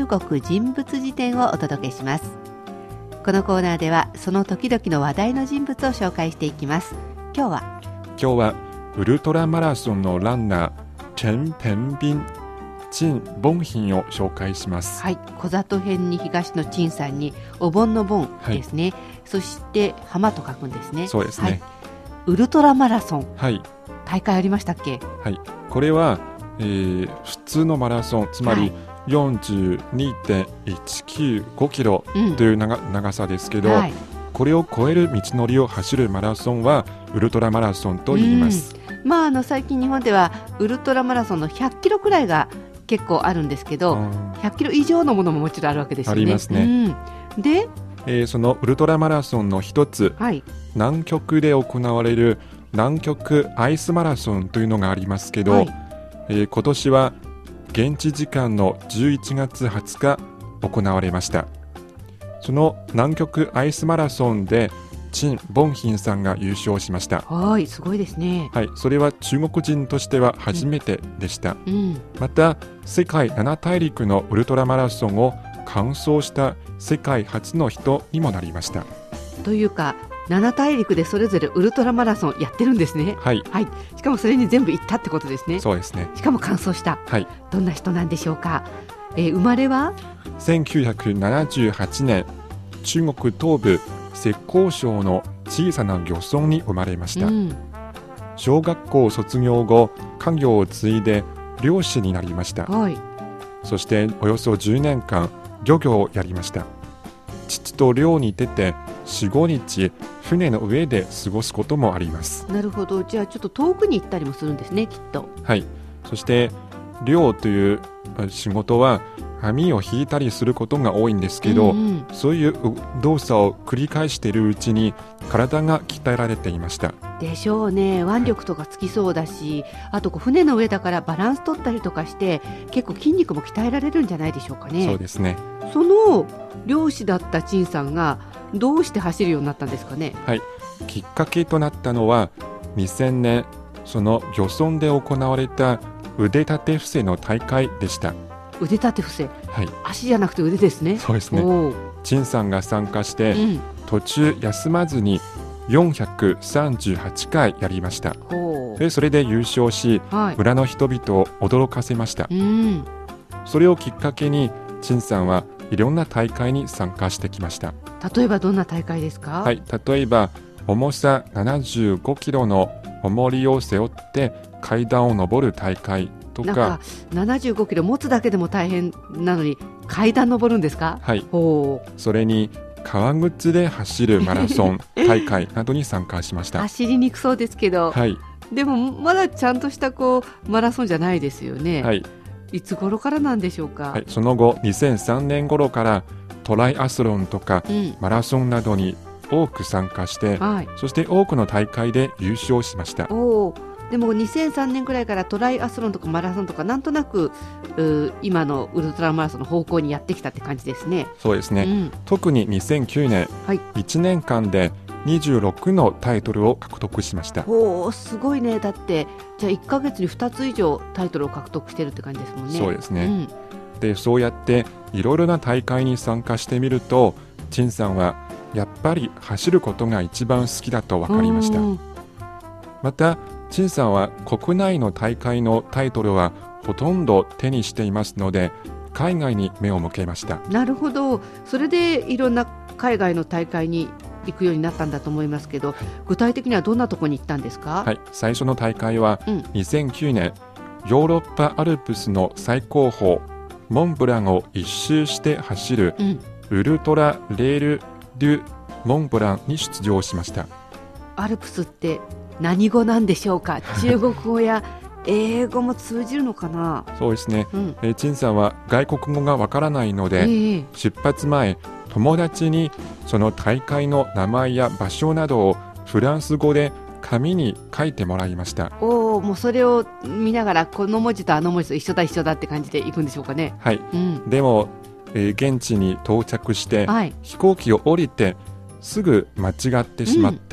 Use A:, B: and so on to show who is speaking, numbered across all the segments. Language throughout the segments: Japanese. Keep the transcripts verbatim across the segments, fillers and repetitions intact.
A: 国人物辞典をお届けします。このコーナーではその時々の話題の人物を紹介していきます。今日は
B: 今日はウルトラマラソンのランナー陳天斌、陳凡斌を紹介します。
A: はい、小里編に東の陳さんにお盆の盆ですね、はい、そして浜と書くんですね。
B: そうですね、はい、
A: ウルトラマラソン、
B: はい、
A: 大会ありましたっけ？
B: はい、これは、えー、普通のマラソン、つまり よんじゅうにてんいちきゅうご キロという 長,、うん、長さですけど、はい、これを超える道のりを走るマラソンはウルトラマラソンと言います。
A: うん、まあ、あの最近日本ではウルトラマラソンのひゃっキロくらいが結構あるんですけど、ひゃっキロ以上のものももちろんあるわけですよね。
B: ありますね、
A: うん、で、
B: えー、そのウルトラマラソンの一つ、はい、南極で行われる南極アイスマラソンというのがありますけど、はい、えー、今年は現地時間のじゅういちがつはつか行われました。その南極アイスマラソンで陳凡斌さんが優勝しました。
A: はい、すごいですね。
B: はい、それは中国人としては初めてでした、
A: うんうん、
B: また世界なな大陸のウルトラマラソンを完走した世界初の人にもなりました。
A: というかなな大陸でそれぞれウルトラマラソンやってるんですね。
B: はい、
A: はい、しかもそれに全部行ったってことですね。
B: そうですね。
A: しかも完走した、
B: はい、
A: どんな人なんでしょうか。えー、生まれは
B: せんきゅうひゃくななじゅうはちねん、中国東部浙江省の小さな漁村に生まれました、うん、小学校卒業後家業を継いで漁師になりました、はい、そしておよそじゅうねんかん漁業をやりました。父と漁に出て よん、ごにち船の上で過ごすこともあります。
A: なるほど。じゃあちょっと遠くに行ったりもするんですね、きっと。
B: はい、そして漁という仕事は網を引いたりすることが多いんですけど、うんうん、そういう動作を繰り返しているうちに体が鍛えられていました。
A: でしょうね。腕力とかつきそうだし、はい、あとこう船の上だからバランス取ったりとかして結構筋肉も鍛えられるんじゃないでしょうかね。
B: そうですね。
A: その漁師だった陳さんがどうして走るようになったんですかね。
B: はい、きっかけとなったのはにせんねん、その漁村で行われた腕立て伏せの大会でした。
A: 腕立て伏せ、
B: はい、
A: 足じゃなくて腕ですね。
B: そうですね。陳さんが参加して、うん、途中休まずによんひゃくさんじゅうはちかいやりました。でそれで優勝し、はい、村の人々を驚かせました、うん、それをきっかけに陳さんはいろんな大会に参加してきました。
A: 例えばどんな大会ですか？
B: はい、例えば重さななじゅうごキロの重りを背負って階段を上る大会とか。
A: なんかななじゅうごキロ持つだけでも大変なのに階段登るんですか？
B: はい、ほう。それに革靴で走るマラソン大会などに参加しました。
A: 走りにくそうですけど、
B: はい、
A: でもまだちゃんとしたこうマラソンじゃないですよね。
B: はい、
A: いつ頃からなんでしょうか？
B: はい、その後にせんさんねん頃からトライアスロンとか、うん、マラソンなどに多く参加して、はい、そして多くの大会で優勝しました。
A: おでもにせんさんねんくらいからトライアスロンとかマラソンとかなんとなく今のウルトラマラソンの方向にやってきたって感じですね。
B: そうですね、うん、特ににせんきゅうねん、はい、いちねんかんでにじゅうろくのタイトルを獲得しました。
A: おすごいね。だってじゃあいっかげつにふたつ以上タイトルを獲得してるって感じですもんね。
B: そうですね、うん、でそうやっていろいろな大会に参加してみると陳さんはやっぱり走ることが一番好きだと分かりました。また陳さんは国内の大会のタイトルはほとんど手にしていますので海外に目を向けました。
A: なるほど。それでいろんな海外の大会に行くようになったんだと思いますけど、はい、具体的にはどんなところに行ったんですか？
B: はい、最初の大会はにせんきゅうねん、うん、ヨーロッパアルプスの最高峰モンブランを一周して走る、うん、ウルトラレール・デュ・モンブランに出場しました。
A: アルプスって何語なんでしょうか？中国語や英語も通じるのかな？
B: そうですね、うん、えー、陳さんは外国語がわからないので、えー、出発前友達にその大会の名前や場所などをフランス語で紙に書いてもらいました。
A: おもうそれを見ながらこの文字とあの文字と一緒だ一緒だって感じで行くんでしょうかね？
B: はい、うん、でも、えー、現地に到着して、はい、飛行機を降りてすぐ間違ってしまって、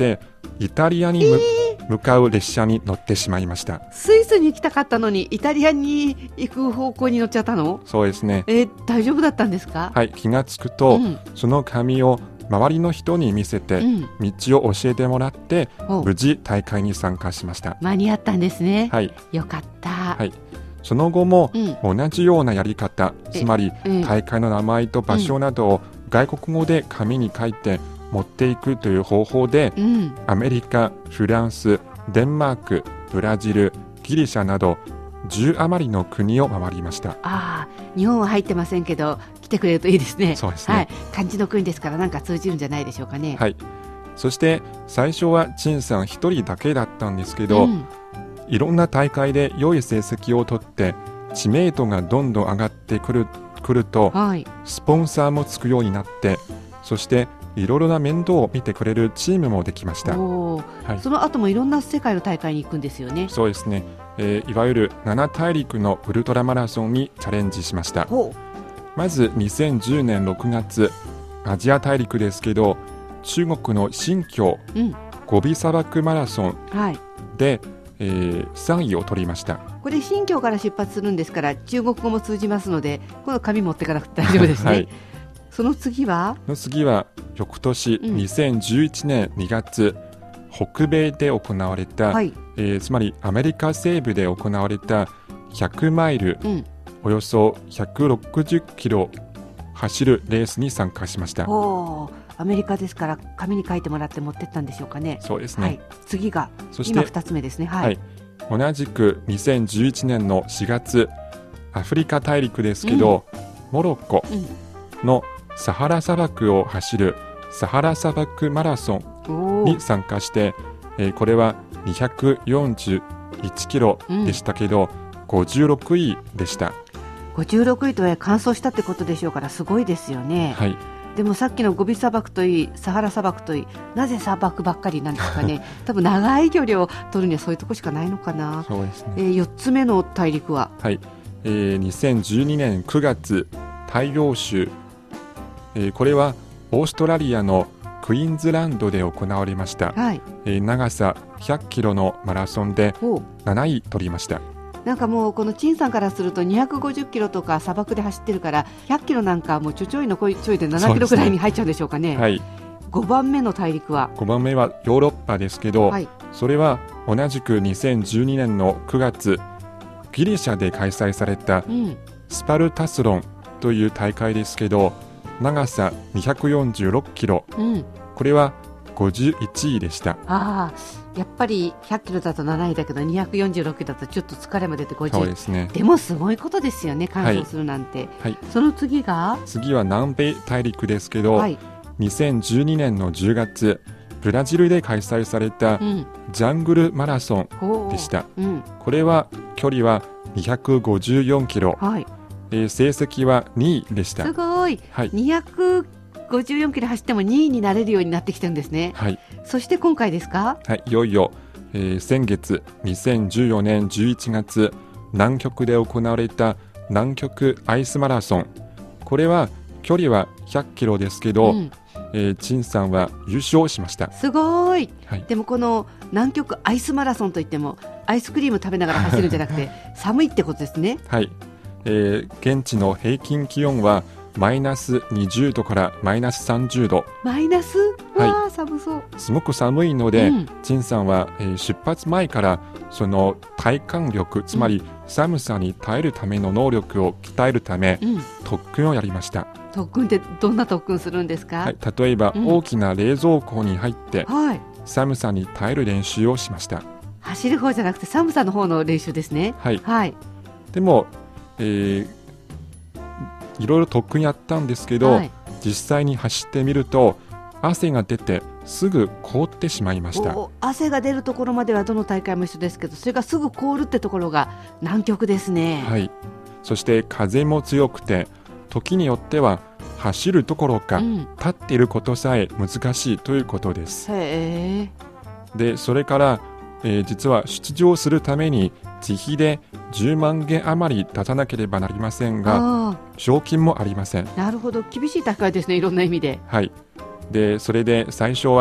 B: イタリアにむ、えー、向かう列車に乗ってしまいました。
A: スイスに行きたかったのにイタリアに行く方向に乗っちゃったの？
B: そうですね。
A: えー、大丈夫だったんですか？
B: はい、気がつくと、
A: うん、
B: その紙を周りの人に見せて、うん、道を教えてもらって無事大会に参加しました。
A: 間に合ったんですね。
B: はい、
A: よかった。
B: はい、その後も同じようなやり方、うん、つまり大会の名前と場所などを外国語で紙に書いて持っていくという方法で、うん、アメリカ、フランス、デンマーク、ブラジル、ギリシャなどじゅう余りの国を回りました。
A: ああ、日本は入ってませんけど来てくれるといいですね。
B: そうですね、
A: はい、漢字の国ですからなんか通じるんじゃないでしょうかね。
B: はい、そして最初は陳さん一人だけだったんですけど、うん、いろんな大会で良い成績を取って知名度がどんどん上がってくる、くると、はい、スポンサーもつくようになって、そしていろいろな面倒を見てくれるチームもできました。
A: お、はい、その後もいろんな世界の大会に行くんですよね。
B: そうですね、えー、いわゆるなな大陸のウルトラマラソンにチャレンジしました。まずにせんじゅうねんろくがつ、アジア大陸ですけど中国の新疆、うん、ゴビ砂漠マラソンで、はい、えー、さんいを取りました。
A: これ新疆から出発するんですから中国語も通じますのでこの紙持ってかなくて大丈夫ですね。はい、その次は
B: の次は翌年、うん、にせんじゅういちねんにがつ、北米で行われた、はい、えー、つまりアメリカ西部で行われたひゃくマイル、うん、およそひゃくろくじゅっキロ走るレースに参加しました。
A: おー、アメリカですから紙に書いてもらって持ってったんでしょうかね。
B: そうですね、
A: はい、次が今ふたつめですね。はい、
B: はい、同じくにせんじゅういちねんのしがつ、アフリカ大陸ですけど、うん、モロッコのサハラ砂漠を走るサハラ砂漠マラソンに参加して、えー、これはにひゃくよんじゅういちキロでしたけど、うん、ごじゅうろくいでした。
A: ごじゅうろくいとは完走したってことでしょうからすごいですよね。
B: はい、
A: でもさっきのゴビ砂漠といいサハラ砂漠といい、なぜ砂漠ばっかりなんですかね。多分長い距離を取るにはそういうとこしかないのかな。
B: そうですね、
A: えー、よっつめの大陸は、
B: はい、えー、にせんじゅうにねんくがつ、大洋州、えー、これはオーストラリアのクイーンズランドで行われました。はい、えー、長さひゃっキロのマラソンでなない取りました。
A: なんかもうこの陳さんからするとにひゃくごじゅっキロとか砂漠で走ってるからひゃっキロなんかもうちょちょいのちょいでななキロぐらいに入っちゃうんでしょうかね。
B: はい、
A: ごばんめの大陸は
B: ごばんめはヨーロッパですけど、はい、それは同じくにせんじゅうにねんのくがつ、ギリシャで開催されたスパルタスロンという大会ですけど、長さにひゃくよんじゅうろっキロ、うん、これはごじゅういちいでした。
A: ああ、やっぱりひゃっキロだとなないだけどにひゃくよんじゅうろっキロだとちょっと疲れも出てごじゅう。
B: そうですね。
A: でもすごいことですよね、完走するなんて。はいはい、その次が
B: 次は南米大陸ですけど、はい、にせんじゅうにねんのじゅうがつ、ブラジルで開催されたジャングルマラソンでした。うん、これは距離はにひゃくごじゅうよんキロ、はい、えー、成績はにいでした。
A: すごい、はい、にひゃくごじゅうよんキロ走ってもにいになれるようになってきてるんですね。
B: はい、
A: そして今回ですか。
B: はい、いよいよ、えー、先月にせんじゅうよねんじゅういちがつ、南極で行われた南極アイスマラソン、これは距離はひゃっキロですけど、うん、えー、陳さんは優勝しました。
A: すごい、はい、でもこの南極アイスマラソンといってもアイスクリーム食べながら走るんじゃなくて寒いってことですね。
B: はい、えー、現地の平均気温はマイナスにじゅうどからマイナスさんじゅうど。
A: マイナス、わー、寒そう。
B: すごく寒いので、うん、陳さんは、えー、出発前からその体感力、つまり寒さに耐えるための能力を鍛えるため、うん、特訓をやりました。
A: 特訓ってどんな特訓するんですか。
B: はい、例えば、うん、大きな冷蔵庫に入って、はい、寒さに耐える練習をしました。
A: 走る方じゃなくて寒さの方の練習ですね。
B: はい、はい、でも、えーいろいろ特訓やったんですけど、はい、実際に走ってみると汗が出てすぐ凍ってしまいました。
A: 汗が出るところまではどの大会も一緒ですけど、それがすぐ凍るってところが南極ですね。
B: はい、そして風も強くて時によっては走るどころか、うん、立っていることさえ難しいということです。
A: へ
B: ー。でそれから、えー、実は出場するために自費でじゅうまんげん余り出さなければなりませんが、賞金もありません。
A: なるほど、厳しい大会ですね、いろんな意味で。
B: はい、でそれで最初は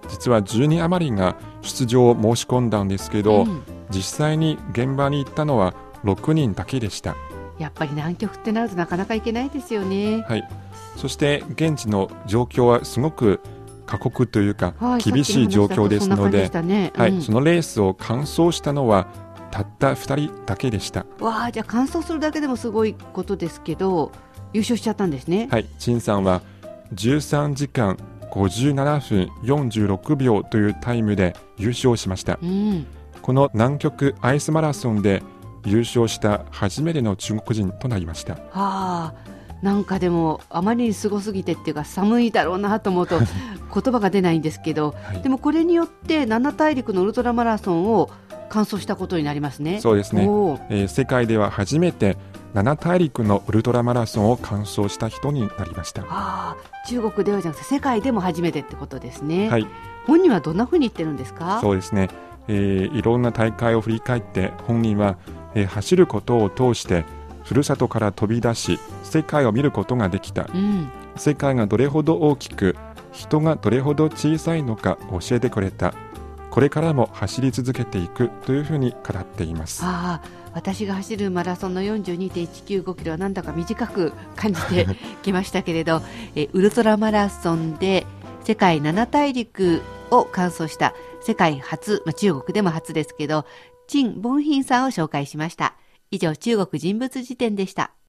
B: 実はじゅうにん余りが出場を申し込んだんですけど、うん、実際に現場に行ったのはろくにんだけでした。
A: やっぱり南極ってなるとなかなか行けないですよね。
B: はい、そして現地の状況はすごく過酷というか、はい、厳しい状況ですので、そ、ねうんはい、そのレースを完走したのはたったふたりだけでした。
A: わあ、じゃあ完走するだけでもすごいことですけど優勝しちゃったんですね。
B: はい、陳さんはじゅうさんじかんごじゅうななふんよんじゅうろくびょうというタイムで優勝しました、うん、この南極アイスマラソンで優勝した初めての中国人となりました。は
A: あ、なんかでもあまりにすごすぎてっていうか寒いだろうなと思うと言葉が出ないんですけど、はい、でもこれによってなな大陸のウルトラマラソンを完走したことになりますね。
B: そうですね、えー、世界では初めてなな大陸のウルトラマラソンを完走した人になりました。
A: あ、中国ではじゃなくて世界でも初めてってことですね。
B: はい、
A: 本人はどんなふうに言ってるんですか？
B: そうですね、えー、いろんな大会を振り返って本人は、えー、走ることを通してふるさとから飛び出し世界を見ることができた、うん、世界がどれほど大きく人がどれほど小さいのか教えてくれた、これからも走り続けていくというふうに語っています。
A: あ、私が走るマラソンの よんじゅうにてんいちきゅうごキロはなんだか短く感じてきましたけれどえウルトラマラソンで世界なな大陸を完走した世界初、まあ、中国でも初ですけど陳凡斌さんを紹介しました。以上、中国人物辞典でした。